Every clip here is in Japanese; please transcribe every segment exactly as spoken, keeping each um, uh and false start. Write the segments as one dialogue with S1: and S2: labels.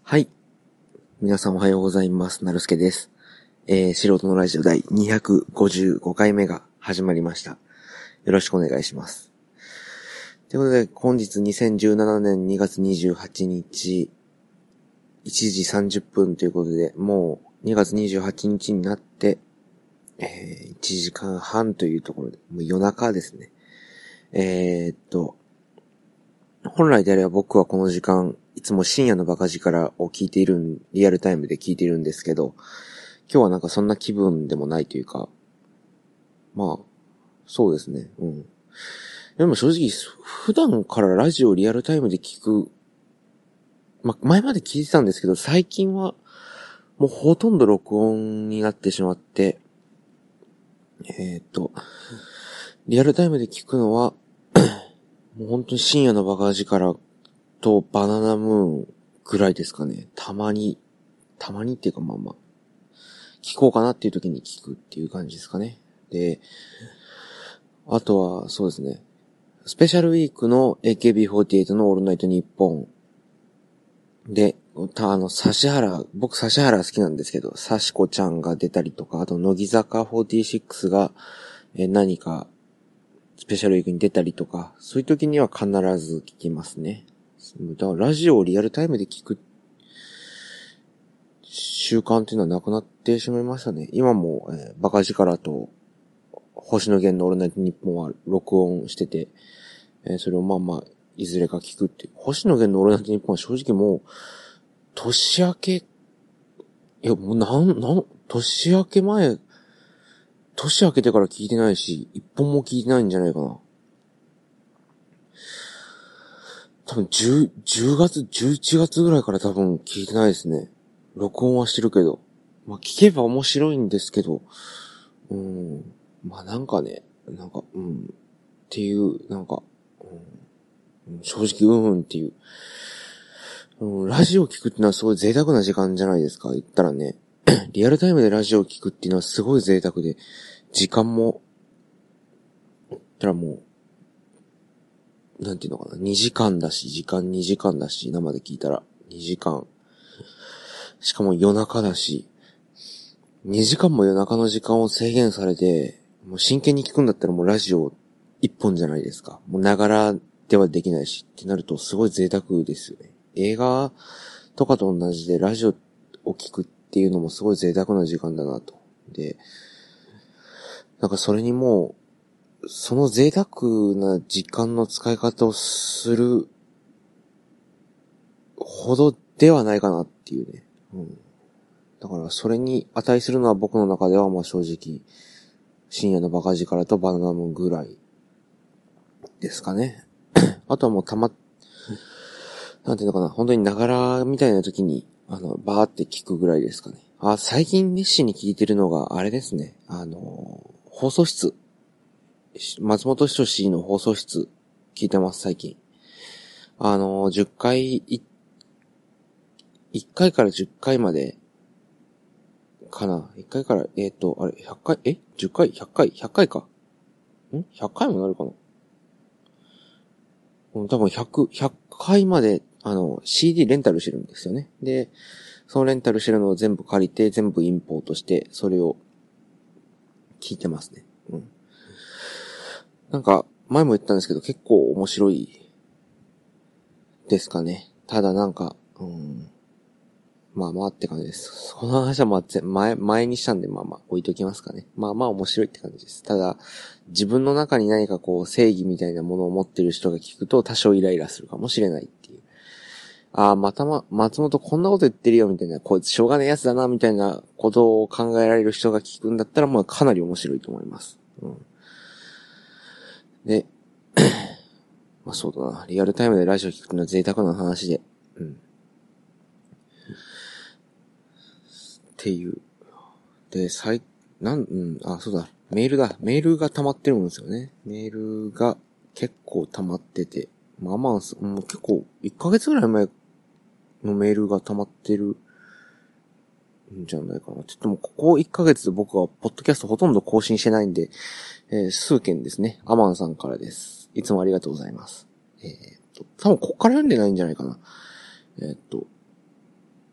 S1: はい。皆さんおはようございます。なるすけです。えー、素人のラジオ第にひゃくごじゅうごかいめが始まりました。よろしくお願いします。ということで、本日にせんじゅうななねんにがつにじゅうはちにち、いちじさんじゅっぷんということで、もうにがつにじゅうはちにちになって、えー、いちじかんはんというところで、もう夜中ですね。えー、っと、本来であれば僕はこの時間、いつも深夜のバカ力を聞いている、リアルタイムで聞いているんですけど、今日はなんかそんな気分でもないというか、まあ、そうですね、うん。でも正直、普段からラジオをリアルタイムで聞く、まあ、前まで聞いてたんですけど、最近は、もうほとんど録音になってしまって、えーっと、リアルタイムで聞くのは、もう本当に深夜のバカ力とバナナムーンぐらいですかね。たまに、たまにっていうかまあまあ、聞こうかなっていう時に聞くっていう感じですかね。で、あとはそうですね。スペシャルウィークの エーケービーフォーティーエイト のオールナイトニッポンで、た、あの、指原、僕指原好きなんですけど、指し子ちゃんが出たりとか、あと乃木坂フォーティーシックスが、えー何か、スペシャルウィークに出たりとか、そういう時には必ず聞きますね。だからラジオをリアルタイムで聞く習慣っていうのはなくなってしまいましたね。今も、えーバカ力と星野源のオールナイトニッポンは録音してて、えーそれをまあまあ、いずれか聞くっていう。星野源のオールナイトニッポンは正直もう、年明け、いやもうなん、なん、年明け前、年明けてから聞いてないし、一本も聞いてないんじゃないかな。多分じゅう、じゅうがつ、じゅういちがつぐらいから多分聞いてないですね。録音はしてるけど。まあ聞けば面白いんですけど、うん。まあなんかね、なんか、うん。っていう、なんか、うん、正直うんうんっていう。うん、ラジオ聞くってのはすごい贅沢な時間じゃないですか。言ったらね。リアルタイムでラジオ聞くっていうのはすごい贅沢で、時間も、言ったらもう、なんていうのかな。にじかんだし、時間にじかんだし、生で聞いたらにじかん。しかも夜中だし、にじかんも夜中の時間を制限されて、もう真剣に聞くんだったらもうラジオ一本じゃないですか。もうながらではできないしってなるとすごい贅沢ですよね。映画とかと同じでラジオを聞くっていうのもすごい贅沢な時間だなと。で、なんかそれにもう、その贅沢な時間の使い方をするほどではないかなっていうね。うん。だからそれに値するのは僕の中ではまあ正直、深夜のバカ力とバナナムーンぐらいですかね。あとはもうたま、なんていうのかな、本当にながらみたいな時に、あの、バーって聞くぐらいですかね。あ、最近熱心に聞いてるのが、あれですね。あの、放送室。松本人志の放送室、聞いてます、最近。あの、じゅっかい、い、いっかいからじゅっかいまで、かな。いっかいから、えっと、あれ、ひゃっかい、え ?じゅっ 回 ?ひゃっ 回 ?ひゃっ 回か。ん ?ひゃっ 回もなるかな。うん、多分ひゃく、ひゃっかいまで、あの、シーディー レンタルしてるんですよね。で、そのレンタルしてるのを全部借りて、全部インポートして、それを聞いてますね。うん。なんか、前も言ったんですけど、結構面白いですかね。ただなんか、うん。まあまあって感じです。その話はまあ、前、前にしたんで、まあまあ置いときますかね。まあまあ面白いって感じです。ただ、自分の中に何かこう、正義みたいなものを持ってる人が聞くと、多少イライラするかもしれないっていう。ああ、またま、松本こんなこと言ってるよみたいな、こいつしょうがないやつだなみたいなことを考えられる人が聞くんだったら、まあかなり面白いと思います。うん。で、まあそうだな。リアルタイムでラジオ聞くのは贅沢な話で。うん。っていう。で、最、なん、うん、あ、そうだ。メールだ。メールが溜まってるんですよね。メールが結構溜まってて。まあまあ、もう結構、いっかげつぐらい前のメールが溜まってるんじゃないかな。ちょっともうここいっかげつで僕はポッドキャストほとんど更新してないんで、えー、数件ですね。アマンさんからです。いつもありがとうございます。えー、っと、多分ここから読んでないんじゃないかな。えー、っと、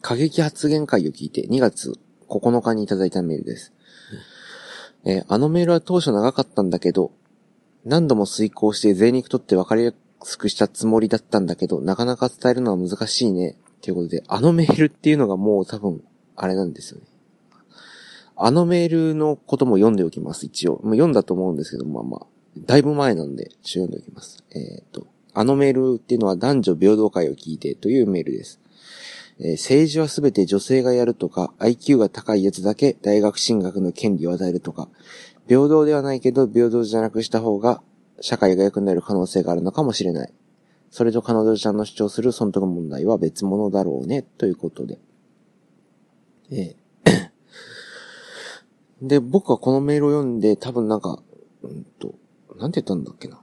S1: 過激発言会を聞いてにがつここのかにいただいたメールです。えー、あのメールは当初長かったんだけど、何度も遂行して贅肉取って分かりやすくしたつもりだったんだけど、なかなか伝えるのは難しいね。ということで、あのメールっていうのがもう多分、あれなんですよね。あのメールのことも読んでおきます、一応。もう読んだと思うんですけど、まあまあ、だいぶ前なんで、一応読んでおきます。えっと、あのメールっていうのは男女平等会を聞いてというメールです。えー、政治はすべて女性がやるとか、アイキュー が高いやつだけ大学進学の権利を与えるとか、平等ではないけど平等じゃなくした方が社会が良くなる可能性があるのかもしれない。それと彼女ちゃんの主張する損得問題は別物だろうね、ということで。えー、で、僕はこのメールを読んで多分なんか、うんと、なんて言ったんだっけな。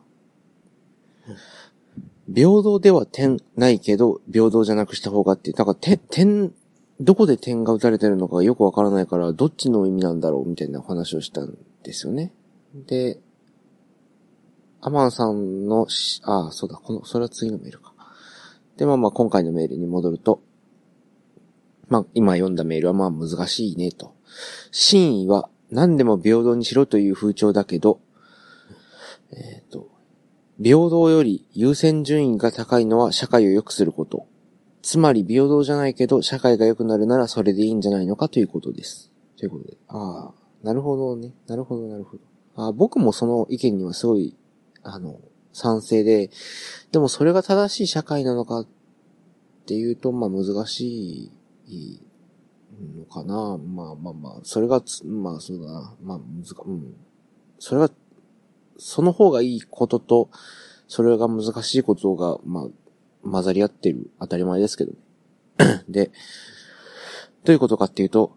S1: 平等では点ないけど、平等じゃなくした方がって、だから点、点、どこで点が打たれてるのかよくわからないから、どっちの意味なんだろうみたいな話をしたんですよね。で、アマンさんのし、ああ、そうだ、この、それは次のメールか。で、まあまあ今回のメールに戻ると、まあ今読んだメールはまあ難しいねと。真意は何でも平等にしろという風潮だけど、えっと、平等より優先順位が高いのは社会を良くすること。つまり平等じゃないけど社会が良くなるならそれでいいんじゃないのかということです。ということで。ああ、なるほどね。なるほどなるほど。あ、僕もその意見にはすごい、あの、賛成で、でもそれが正しい社会なのかっていうと、まあ難しいのかな。まあまあまあ、それがつ、まあそうだな。まあ難しい。うん。それが、その方がいいことと、それが難しいことが、まあ、混ざり合ってる。当たり前ですけどね。で、どういうことかっていうと、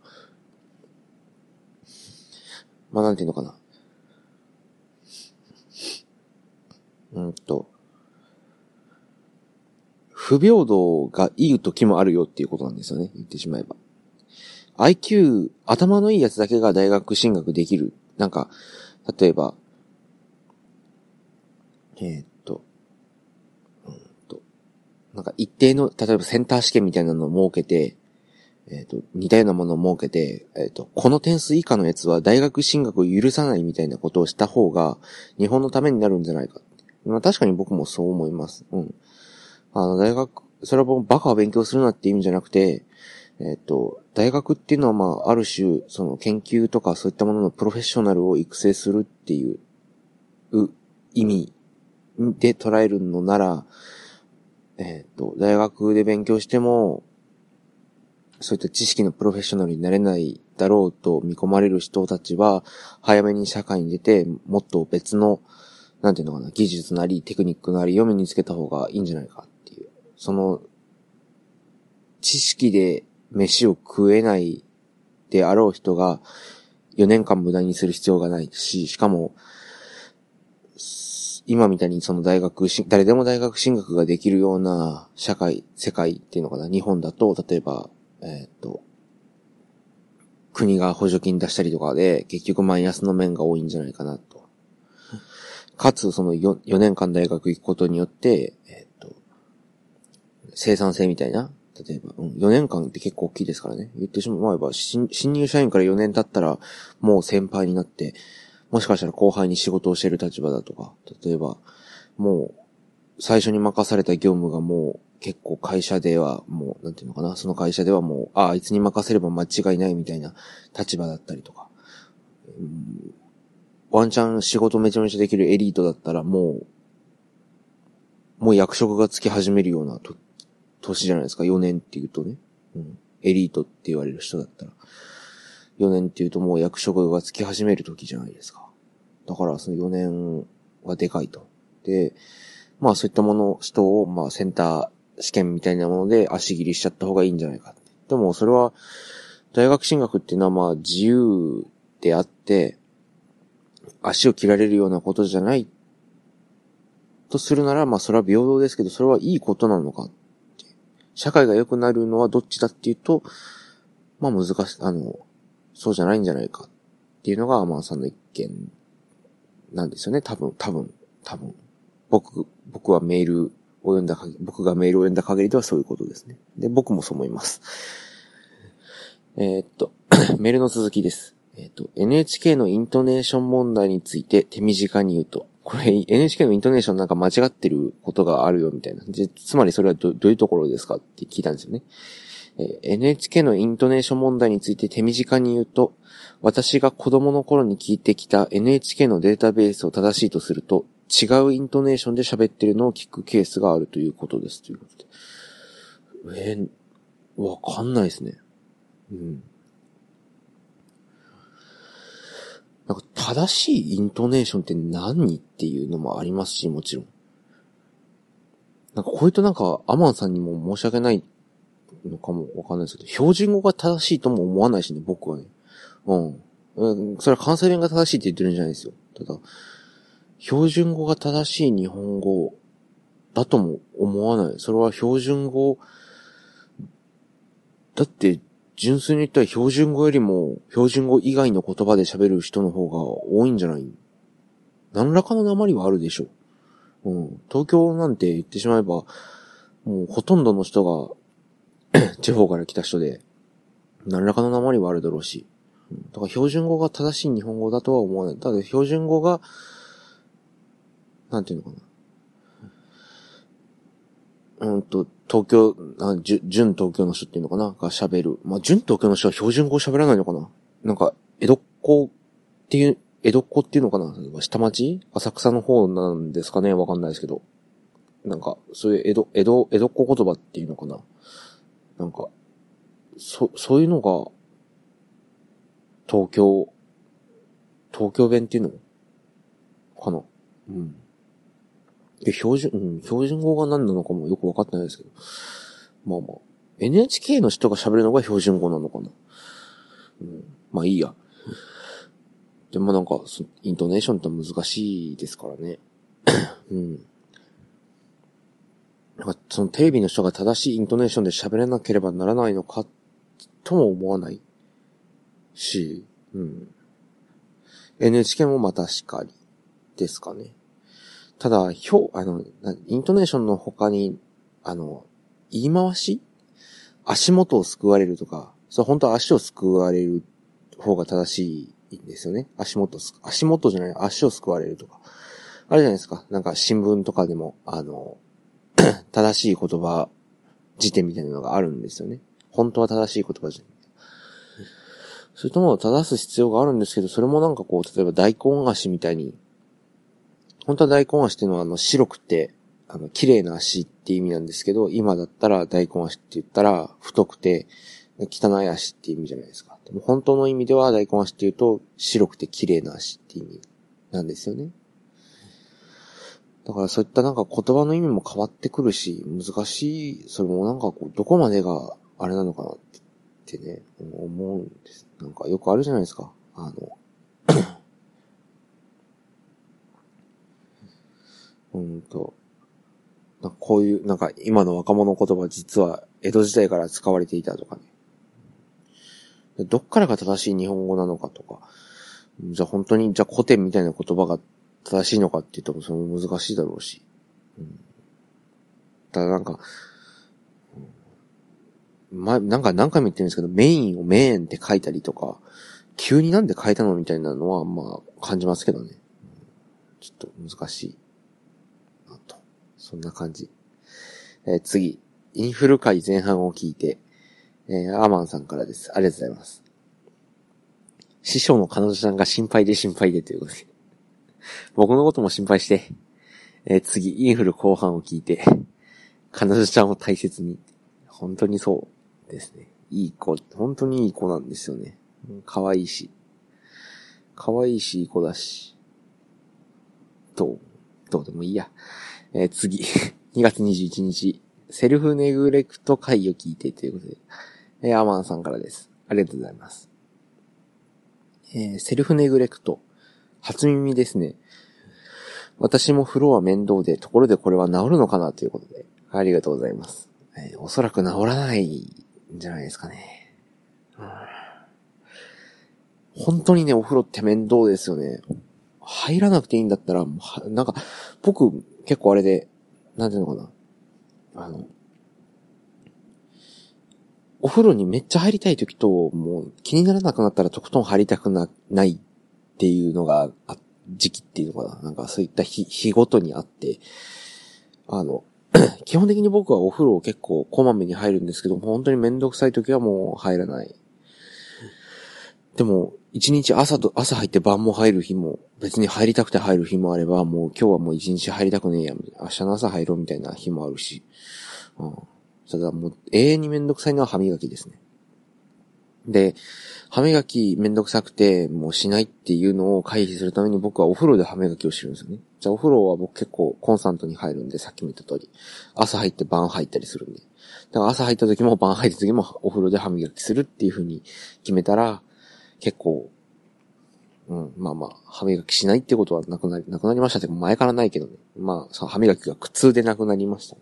S1: まあなんていうのかな。うんと、不平等がいい時もあるよっていうことなんですよね。言ってしまえば。アイキュー、頭のいいやつだけが大学進学できる。なんか、例えば、えー、っと、うんと、なんか一定の、例えばセンター試験みたいなのを設けて、えー、っと、似たようなものを設けて、えー、っと、この点数以下のやつは大学進学を許さないみたいなことをした方が、日本のためになるんじゃないか。まあ確かに僕もそう思います。うん。あの、大学、それはもうバカを勉強するなって意味じゃなくて、えっと、大学っていうのはまあ、ある種、その研究とかそういったもののプロフェッショナルを育成するっていう、う意味で捉えるのなら、えっと、大学で勉強しても、そういった知識のプロフェッショナルになれないだろうと見込まれる人たちは、早めに社会に出て、もっと別の、なんていうのかな、技術なりテクニックなりを身につけた方がいいんじゃないかっていう。その、知識で飯を食えないであろう人がよねんかん無駄にする必要がないし、しかも、今みたいにその大学、誰でも大学進学ができるような社会、世界っていうのかな、日本だと、例えば、えっと、国が補助金出したりとかで、結局マイナスの面が多いんじゃないかなと。かつ、その 4, 4年間大学行くことによって、えっと、生産性みたいな、例えば、うん、よねんかんって結構大きいですからね。言ってしまえば、新、新入社員からよねん経ったら、もう先輩になって、もしかしたら後輩に仕事をしている立場だとか、例えば、もう、最初に任された業務がもう、結構会社ではもう、なんていうのかな、その会社ではもう、あ、あいつに任せれば間違いないみたいな立場だったりとか、うん、ワンチャン仕事めちゃめちゃできるエリートだったらもう、もう役職がつき始めるようなと年じゃないですか、よねんっていうとね。うん。エリートって言われる人だったら。よねんっていうともう役職がつき始める時じゃないですか。だからそのよねんはでかいと。で、まあそういったもの、人を、まあセンター試験みたいなもので足切りしちゃった方がいいんじゃないかって。でもそれは、大学進学っていうのはまあ自由であって、足を切られるようなことじゃないとするなら、まあそれは平等ですけど、それはいいことなのか。社会が良くなるのはどっちだっていうと、まあ難しい、あの、そうじゃないんじゃないかっていうのが、まあさんの意見なんですよね。多分、多分、多分。僕、僕はメールを読んだ限り、僕がメールを読んだ限りではそういうことですね。で、僕もそう思います。 えー、っと、メールの続きです。えー、っと、エヌエイチケー のイントネーション問題について手短に言うと、これ エヌエイチケー のイントネーションなんか間違ってることがあるよみたいな。つまりそれは ど, どういうところですかって聞いたんですよね。えー、エヌエイチケー のイントネーション問題について手短に言うと、私が子供の頃に聞いてきた エヌエイチケー のデータベースを正しいとすると、違うイントネーションで喋ってるのを聞くケースがあるということです。ということで。えー、わかんないですね。うん。なんか正しいイントネーションって何っていうのもありますし、もちろん。なんかこういうとなんかアマンさんにも申し訳ないのかもわかんないですけど、標準語が正しいとも思わないしね、僕はね。うん。うん、それは関西弁が正しいって言ってるんじゃないですよ。ただ、標準語が正しい日本語だとも思わない。それは標準語、だって純粋に言ったら標準語よりも標準語以外の言葉で喋る人の方が多いんじゃない？何らかの訛りはあるでしょう。うん。東京なんて言ってしまえば、もうほとんどの人が地方から来た人で、何らかの訛りはあるだろうし。だから標準語が正しい日本語だとは思わない。ただ標準語が、なんていうのかな。うんと、東京、あ、じゅ、純東京の人っていうのかなが喋る。まあ、純東京の人は標準語を喋らないのかな。なんか、江戸っ子っていう、江戸っ子っていうのかな、下町浅草の方なんですかね、わかんないですけど。なんか、そういう江戸、江戸、江戸っ子言葉っていうのかな。なんか、そ、そういうのが、東京、東京弁っていうのかな。うん。で、標準、うん、標準語が何なのかもよくわかってないですけど。まあまあ。エヌエイチケー の人が喋るのが標準語なのかな。うん、まあいいや。でもなんか、イントネーションって難しいですからね。うん。なんか、そのテレビの人が正しいイントネーションで喋れなければならないのか、とも思わないし、うん。エヌエイチケー もまたしかりですかね。ただ、表、あの、イントネーションの他に、あの、言い回し足元を救われるとか、それ本当は足を救われる方が正しいんですよね。足元す、足元じゃない、足を救われるとか。あるじゃないですか。なんか新聞とかでも、あの、正しい言葉辞典みたいなのがあるんですよね。本当は正しい言葉辞典。そういうものを正す必要があるんですけど、それもなんかこう、例えば大根足みたいに、本当は大根足っていうのはあの白くて、あの、綺麗な足っていう意味なんですけど、今だったら大根足って言ったら、太くて、汚い足っていう意味じゃないですか。でも本当の意味では大根足っていうと、白くて綺麗な足っていう意味なんですよね。だからそういったなんか言葉の意味も変わってくるし、難しい、それもなんかこう、どこまでがあれなのかなってね、思うんです。なんかよくあるじゃないですか。あの、うんと、なんかこういう、なんか今の若者言葉実は江戸時代から使われていたとかね。どっからが正しい日本語なのかとか、じゃあ本当に、じゃあ古典みたいな言葉が正しいのかって言ったらそれも難しいだろうし。うん、ただなんか、ま、なんか何回も言ってるんですけど、メインをメーンって書いたりとか、急になんで書いたのみたいなのは、まあ、感じますけどね。ちょっと難しい。なと。そんな感じ。えー、次。インフル回前半を聞いて、えー、アーマンさんからです。ありがとうございます。師匠の彼女さんが心配で心配でということで。僕のことも心配して、えー、次、インフル後半を聞いて、彼女ちゃんを大切に。本当にそうですね。いい子、本当にいい子なんですよね。可愛いし。可愛いし、いい子だし。どう、どうでもいいや。えー、次。にがつにじゅういちにち、セルフネグレクト会を聞いてということで、えー、アマンさんからです。ありがとうございます。えー、セルフネグレクト。初耳ですね。私も風呂は面倒で、ところでこれは治るのかなということで、ありがとうございます。えー、おそらく治らないんじゃないですかね。うん、本当にね、お風呂って面倒ですよね。入らなくていいんだったら、なんか、僕、結構あれで、なんていうのかな。あの、 お風呂にめっちゃ入りたい時と、もう気にならなくなったらとことん入りたくな、ないっていうのが、あ、時期っていうのかな。なんかそういった日、日ごとにあって、あの、基本的に僕はお風呂を結構こまめに入るんですけど、本当にめんどくさい時はもう入らない。でも、一日朝と、朝入って晩も入る日も、別に入りたくて入る日もあれば、もう今日はもう一日入りたくねえや、明日の朝入ろうみたいな日もあるし、うん。ただもう永遠にめんどくさいのは歯磨きですね。で、歯磨きめんどくさくて、もうしないっていうのを回避するために僕はお風呂で歯磨きをしてるんですよね。じゃあお風呂は僕結構コンスタントに入るんで、さっきも言った通り。朝入って晩入ったりするんで。だから朝入った時も晩入った時もお風呂で歯磨きするっていう風に決めたら、結構、うん、まあまあ、歯磨きしないってことはなくなり、なくなりましたって前からないけどね。まあ、歯磨きが苦痛でなくなりました。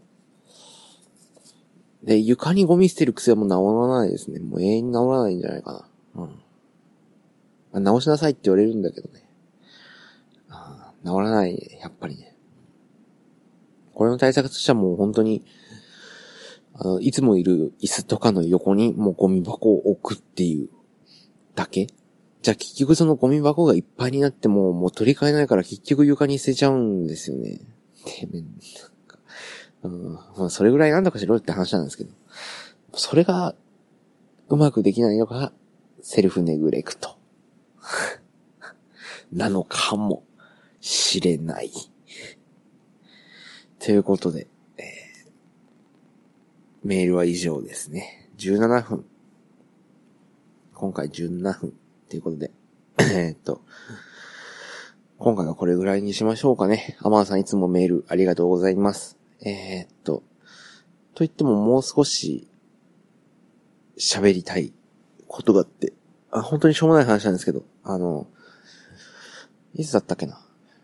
S1: で、床にゴミ捨てる癖はもう治らないですね。もう永遠に治らないんじゃないかな。うん。直しなさいって言われるんだけどね。あ治らないね、やっぱりね。これの対策としてはもう本当に、あの、いつもいる椅子とかの横にもうゴミ箱を置くっていうだけ。じゃあ結局そのゴミ箱がいっぱいになってももう取り替えないから結局床に捨てちゃうんですよね。てめん、なんか、うん、まあそれぐらいなんとかしろって話なんですけど。それがうまくできないのがセルフネグレクトなのかもしれない。ということで、えー、メールは以上ですね。じゅうななふん。今回じゅうななふんということで、えーっと、今回はこれぐらいにしましょうかね。アマンさんいつもメールありがとうございます。えーっと、と言ってももう少し喋りたいことがあって、あ、本当にしょうもない話なんですけど、あの、いつだったっけな。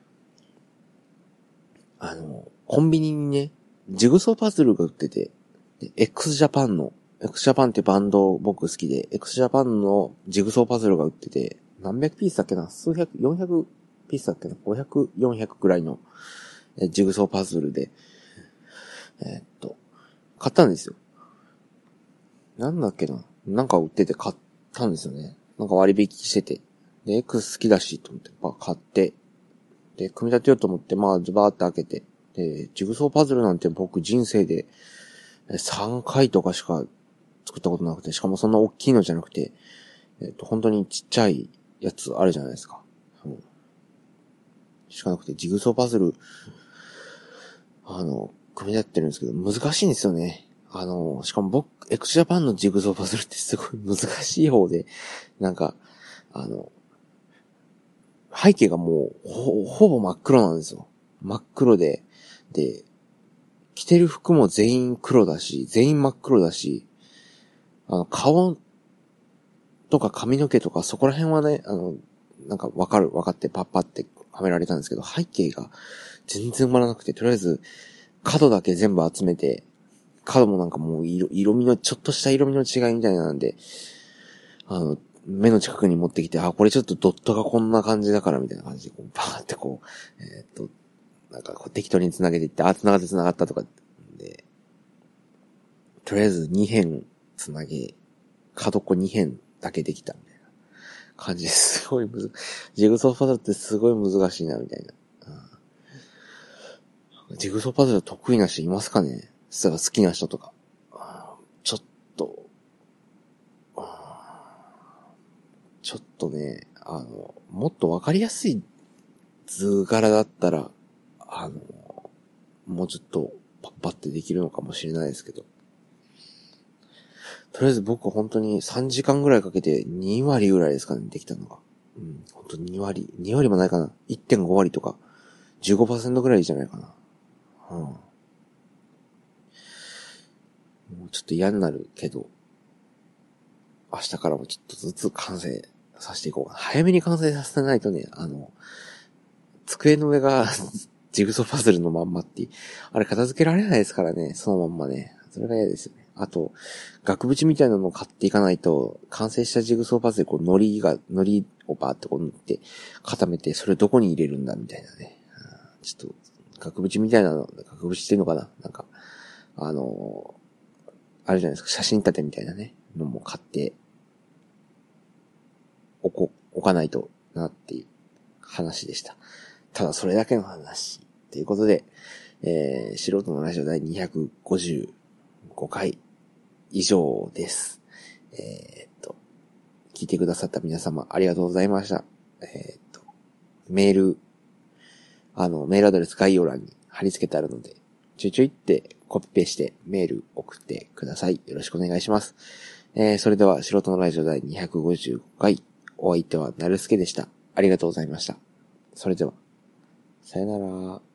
S1: あの、コンビニにね、ジグソーパズルが売ってて、x ジャパンの、x ジャパンってバンド僕好きで、x ジャパンのジグソーパズルが売ってて、何百ピースだっけな数百、よんひゃくピースだっけな ?ごひゃく、よんひゃくくらいのジグソーパズルで、えー、っと、買ったんですよ。なんだっけななんか売ってて買ったんですよね。なんか割引してて。で、X 好きだし、と思って、まあ、買って、で、組み立てようと思って、まあ、ズバーって開けて、で、ジグソーパズルなんて僕人生でさんかいとかしか作ったことなくて、しかもそんな大きいのじゃなくて、えっと、本当にちっちゃいやつあるじゃないですか。うん、しかなくて、ジグソーパズル、あの、組み立ててるんですけど、難しいんですよね。あの、しかも僕、エクスジャパンのジグソーパズルってすごい難しい方で、なんか、あの、背景がもう、ほ、ほぼ真っ黒なんですよ。真っ黒で、で、着てる服も全員黒だし、全員真っ黒だし、あの、顔とか髪の毛とかそこら辺はね、あの、なんかわかる、わかってパッパってはめられたんですけど、背景が全然埋まらなくて、とりあえず角だけ全部集めて、角もなんかもう色、色味の、ちょっとした色味の違いみたいなんで、あの、目の近くに持ってきて、あ、これちょっとドットがこんな感じだからみたいな感じで、こう、バーってこう、えー、っと、なんかこう適当に繋げていって、あ、繋がって繋がったとかで、とりあえずに辺繋げ、角っこに辺だけできたみたいな感じですごいむず、ジグソーパズルってすごい難しいなみたいな。うん、ジグソーパズル得意な人いますかね？実は好きな人とか。ちょっと、ちょっとね、あの、もっとわかりやすい図柄だったら、あの、もうちょっとパッパってできるのかもしれないですけど。とりあえず僕本当にさんじかんぐらいかけてに割ぐらいですかね、できたのが。うん、本当に割。に割もないかな。いってんご 割とか、じゅうごパーセント ぐらいじゃないかな。うん。もうちょっと嫌になるけど、明日からもちょっとずつ完成させていこうかな。早めに完成させないとね、あの、机の上がジグソーパズルのまんまって、あれ片付けられないですからね、そのまんまね。それが嫌ですよね。あと、額縁みたいなのを買っていかないと、完成したジグソーパズル、こう、糊が、糊をバーってこう塗って、固めて、それどこに入れるんだみたいなね。ちょっと、額縁みたいなの、額縁っていうのかななんか、あのー、 あるじゃないですか、写真立てみたいなね、のも買って、おこ、置かないとなっていう話でした。ただそれだけの話。ということで、えー、素人のラジオ第にひゃくごじゅうごかい以上です。えー、っと、聞いてくださった皆様ありがとうございました。えー、っと、メール、あの、メールアドレス概要欄に貼り付けてあるので、ちょいちょいってコピペしてメール送ってください。よろしくお願いします。えー、それでは素人のラジオ第にひゃくごじゅうごかい、お相手はなるすけでした。ありがとうございました。それでは、さよなら。